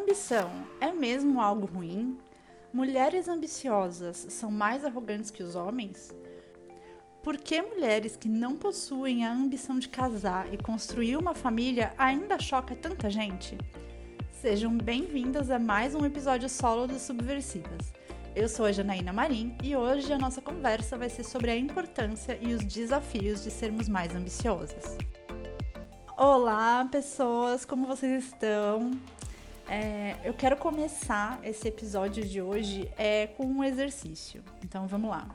ambição é mesmo algo ruim? Mulheres ambiciosas são mais arrogantes que os homens? Por que mulheres que não possuem a ambição de casar e construir uma família ainda choca tanta gente? Sejam bem-vindas a mais um episódio solo do Subversivas. Eu sou a Janaína Marim e hoje a nossa conversa vai ser sobre a importância e os desafios de sermos mais ambiciosas. Olá, pessoas, como vocês estão? Eu quero começar esse episódio de hoje com um exercício. Então, vamos lá.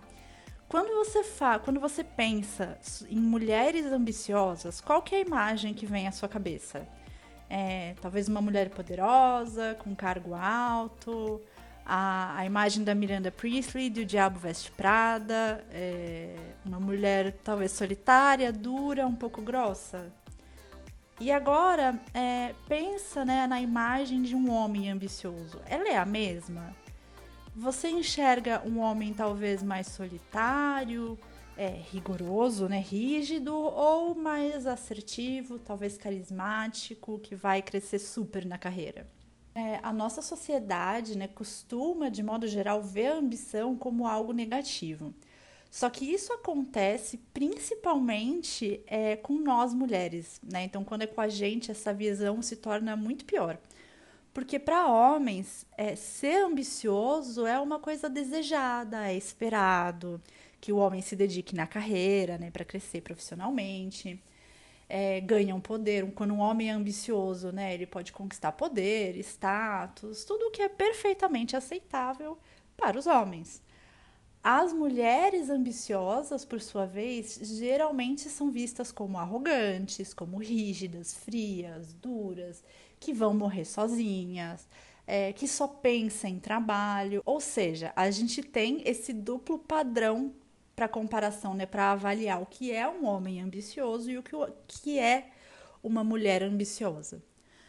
Quando você pensa em mulheres ambiciosas, qual que é a imagem que vem à sua cabeça? Talvez uma mulher poderosa, com cargo alto, a imagem da Miranda Priestly, do Diabo Veste Prada, uma mulher talvez solitária, dura, um pouco grossa. E agora, pensa, na imagem de um homem ambicioso. Ela é a mesma? Você enxerga um homem talvez mais solitário, rigoroso, rígido, ou mais assertivo, talvez carismático, que vai crescer super na carreira? A nossa sociedade, costuma, de modo geral, ver a ambição como algo negativo. Só que isso acontece principalmente com nós mulheres, Então, quando é com a gente, essa visão se torna muito pior. Porque para homens, ser ambicioso é uma coisa desejada, é esperado, que o homem se dedique na carreira, para crescer profissionalmente, ganha um poder. Quando um homem é ambicioso, ele pode conquistar poder, status, tudo o que é perfeitamente aceitável para os homens. As mulheres ambiciosas, por sua vez, geralmente são vistas como arrogantes, como rígidas, frias, duras, que vão morrer sozinhas, que só pensam em trabalho. Ou seja, a gente tem esse duplo padrão para comparação, para avaliar o que é um homem ambicioso e o que é uma mulher ambiciosa.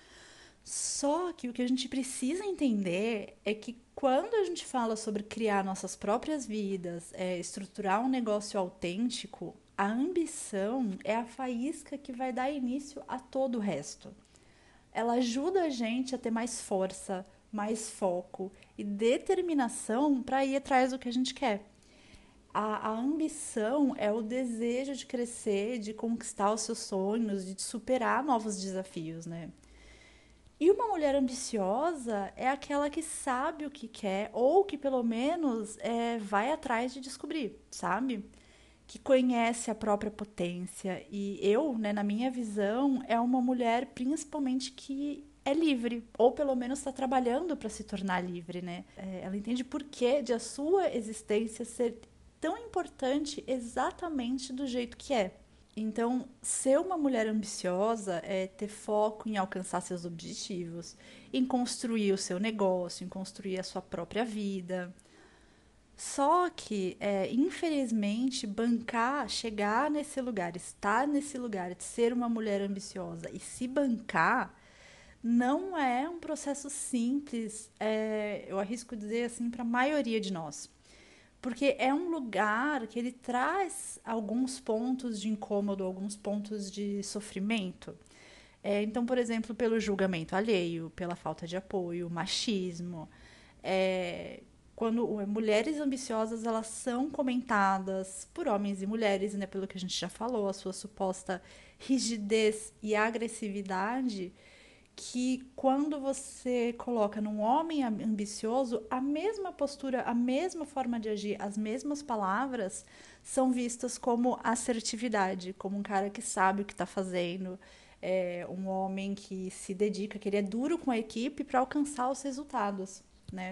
Só que o que a gente precisa entender é que quando a gente fala sobre criar nossas próprias vidas, estruturar um negócio autêntico, a ambição é a faísca que vai dar início a todo o resto. Ela ajuda a gente a ter mais força, mais foco e determinação para ir atrás do que a gente quer. A ambição é o desejo de crescer, de conquistar os seus sonhos, de superar novos desafios, E uma mulher ambiciosa é aquela que sabe o que quer ou que pelo menos vai atrás de descobrir, sabe? Que conhece a própria potência. E eu, na minha visão, é uma mulher principalmente que é livre, ou pelo menos está trabalhando para se tornar livre, Ela entende por que de a sua existência ser tão importante exatamente do jeito que é. Então, ser uma mulher ambiciosa é ter foco em alcançar seus objetivos, em construir o seu negócio, em construir a sua própria vida. Só que, infelizmente, chegar nesse lugar, estar nesse lugar de ser uma mulher ambiciosa e se bancar, não é um processo simples, eu arrisco dizer assim, para a maioria de nós. Porque é um lugar que ele traz alguns pontos de incômodo, alguns pontos de sofrimento. Então, por exemplo, pelo julgamento alheio, pela falta de apoio, machismo. Quando mulheres ambiciosas elas são comentadas por homens e mulheres, pelo que a gente já falou, a sua suposta rigidez e agressividade, que quando você coloca num homem ambicioso, a mesma postura, a mesma forma de agir, as mesmas palavras são vistas como assertividade, como um cara que sabe o que está fazendo, um homem que se dedica, que ele é duro com a equipe para alcançar os resultados,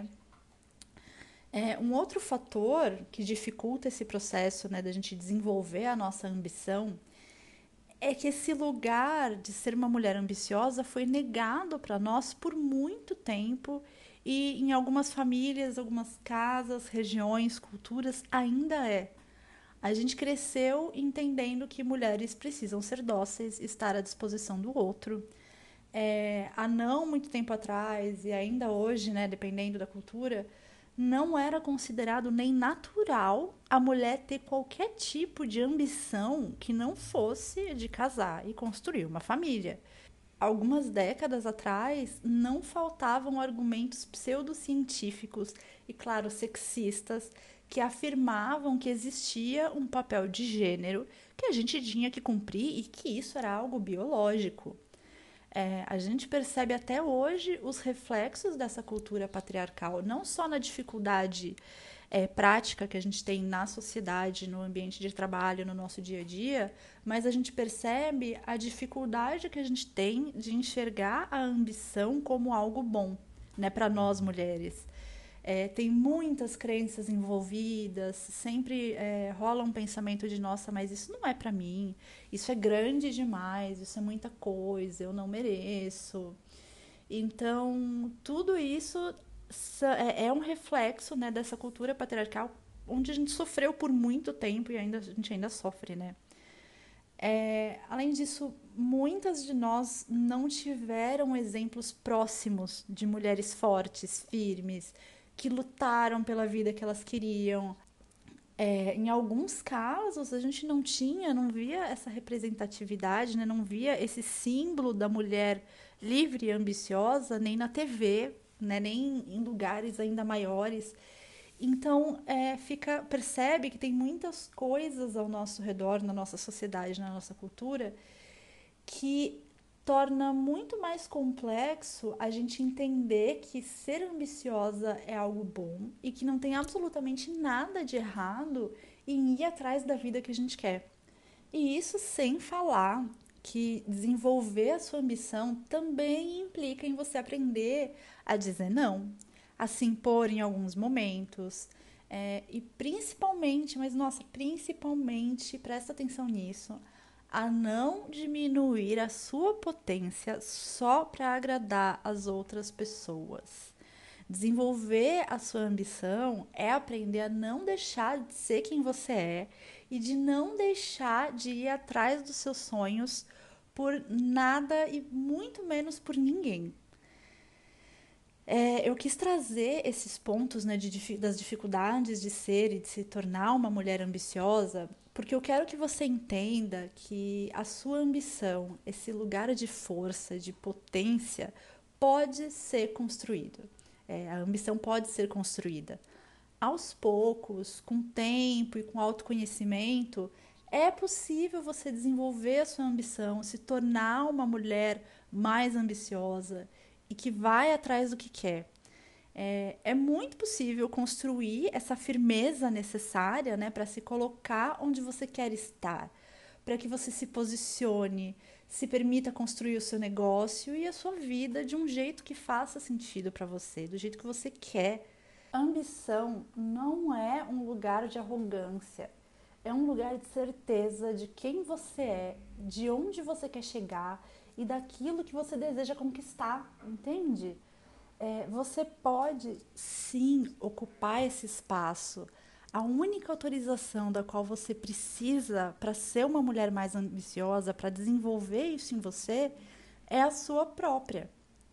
Um outro fator que dificulta esse processo, da gente desenvolver a nossa ambição é que esse lugar de ser uma mulher ambiciosa foi negado para nós por muito tempo e em algumas famílias, algumas casas, regiões, culturas ainda é. A gente cresceu entendendo que mulheres precisam ser dóceis, estar à disposição do outro. Há não muito tempo atrás e ainda hoje, dependendo da cultura, não era considerado nem natural a mulher ter qualquer tipo de ambição que não fosse de casar e construir uma família. Algumas décadas atrás, não faltavam argumentos pseudocientíficos e, claro, sexistas que afirmavam que existia um papel de gênero que a gente tinha que cumprir e que isso era algo biológico. A gente percebe até hoje os reflexos dessa cultura patriarcal, não só na dificuldade prática que a gente tem na sociedade, no ambiente de trabalho, no nosso dia a dia, mas a gente percebe a dificuldade que a gente tem de enxergar a ambição como algo bom, né, para nós mulheres. Tem muitas crenças envolvidas, sempre rola um pensamento de, nossa, mas isso não é para mim, isso é grande demais, isso é muita coisa, eu não mereço. Então, tudo isso é um reflexo, né, dessa cultura patriarcal onde a gente sofreu por muito tempo e a gente ainda sofre, né? Além disso, muitas de nós não tiveram exemplos próximos de mulheres fortes, firmes, que lutaram pela vida que elas queriam. Em alguns casos, a gente não via essa representatividade, né? Não via esse símbolo da mulher livre e ambiciosa nem na TV, né? Nem em lugares ainda maiores. Então, percebe que tem muitas coisas ao nosso redor, na nossa sociedade, na nossa cultura, que torna muito mais complexo a gente entender que ser ambiciosa é algo bom e que não tem absolutamente nada de errado em ir atrás da vida que a gente quer. E isso sem falar que desenvolver a sua ambição também implica em você aprender a dizer não, a se impor em alguns momentos. E principalmente, mas nossa, principalmente, presta atenção nisso, a não diminuir a sua potência só para agradar as outras pessoas. Desenvolver a sua ambição é aprender a não deixar de ser quem você é e de não deixar de ir atrás dos seus sonhos por nada e muito menos por ninguém. Eu quis trazer esses pontos, né, das dificuldades de ser e de se tornar uma mulher ambiciosa, porque eu quero que você entenda que a sua ambição, esse lugar de força, de potência, pode ser construído. A ambição pode ser construída. Aos poucos, com tempo e com autoconhecimento, é possível você desenvolver a sua ambição, se tornar uma mulher mais ambiciosa e que vai atrás do que quer. É muito possível construir essa firmeza necessária, né, para se colocar onde você quer estar, para que você se posicione, se permita construir o seu negócio e a sua vida de um jeito que faça sentido para você, do jeito que você quer. Ambição não é um lugar de arrogância, é um lugar de certeza de quem você é, de onde você quer chegar e daquilo que você deseja conquistar, entende? Você pode sim ocupar esse espaço. A única autorização da qual você precisa para ser uma mulher mais ambiciosa, para desenvolver isso em você, é a sua própria.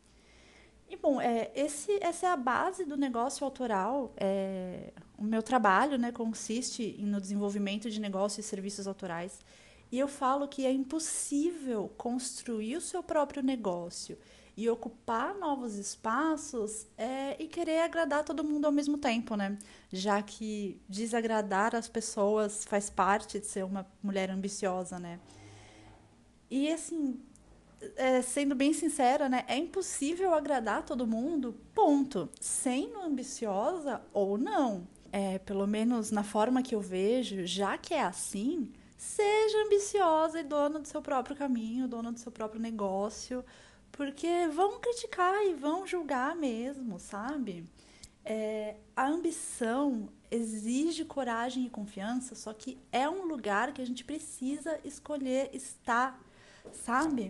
E bom, essa é a base do negócio autoral. O meu trabalho, né, consiste no desenvolvimento de negócios e serviços autorais. E eu falo que é impossível construir o seu próprio negócio e ocupar novos espaços e querer agradar todo mundo ao mesmo tempo, né? Já que desagradar as pessoas faz parte de ser uma mulher ambiciosa, né? E assim, sendo bem sincera, né? É impossível agradar todo mundo, ponto. Sendo ambiciosa ou não. Pelo menos na forma que eu vejo, já que é assim, seja ambiciosa e dona do seu próprio caminho, dona do seu próprio negócio, porque vão criticar e vão julgar mesmo, sabe? A ambição exige coragem e confiança, só que é um lugar que a gente precisa escolher estar, sabe?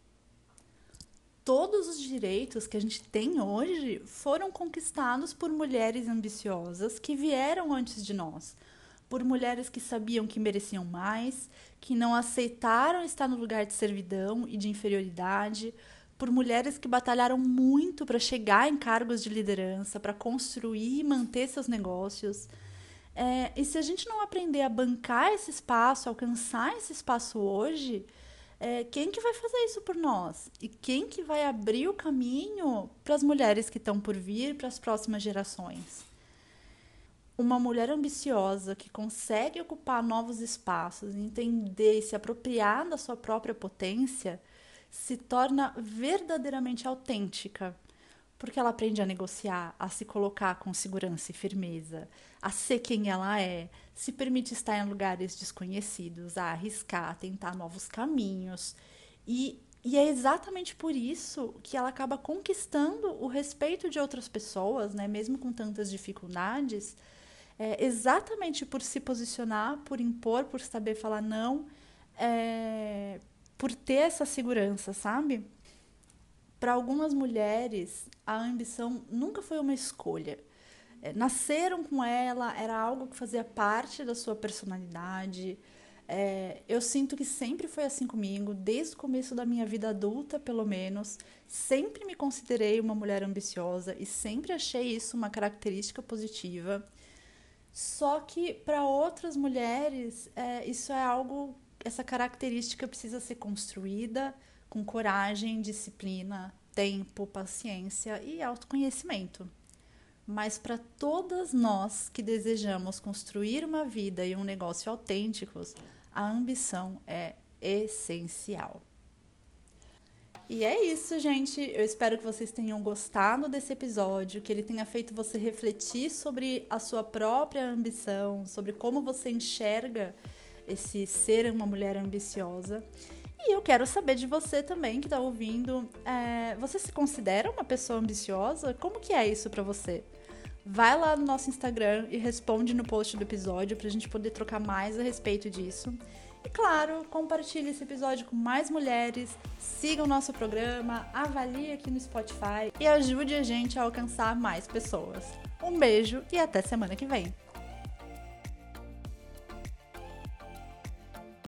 Todos os direitos que a gente tem hoje foram conquistados por mulheres ambiciosas que vieram antes de nós, por mulheres que sabiam que mereciam mais, que não aceitaram estar no lugar de servidão e de inferioridade, por mulheres que batalharam muito para chegar em cargos de liderança, para construir e manter seus negócios. E se a gente não aprender a bancar esse espaço, alcançar esse espaço hoje, Quem que vai fazer isso por nós? E quem que vai abrir o caminho para as mulheres que estão por vir, para as próximas gerações? Uma mulher ambiciosa que consegue ocupar novos espaços, entender e se apropriar da sua própria potência, se torna verdadeiramente autêntica, porque ela aprende a negociar, a se colocar com segurança e firmeza, a ser quem ela é, se permite estar em lugares desconhecidos, a arriscar, a tentar novos caminhos. E é exatamente por isso que ela acaba conquistando o respeito de outras pessoas, né, mesmo com tantas dificuldades, exatamente por se posicionar, por impor, por saber falar não, por ter essa segurança, sabe? Para algumas mulheres, a ambição nunca foi uma escolha. Nasceram com ela, era algo que fazia parte da sua personalidade. Eu sinto que sempre foi assim comigo, desde o começo da minha vida adulta, pelo menos. Sempre me considerei uma mulher ambiciosa e sempre achei isso uma característica positiva. Só que para outras mulheres, isso é algo, essa característica precisa ser construída com coragem, disciplina, tempo, paciência e autoconhecimento. Mas para todas nós que desejamos construir uma vida e um negócio autênticos, a ambição é essencial. E é isso, gente. Eu espero que vocês tenham gostado desse episódio, que ele tenha feito você refletir sobre a sua própria ambição, sobre como você enxerga esse ser uma mulher ambiciosa. E eu quero saber de você também, que está ouvindo. Você se considera uma pessoa ambiciosa? Como que é isso para você? Vai lá no nosso Instagram e responde no post do episódio para a gente poder trocar mais a respeito disso. E claro, compartilhe esse episódio com mais mulheres, siga o nosso programa, avalie aqui no Spotify e ajude a gente a alcançar mais pessoas. Um beijo e até semana que vem!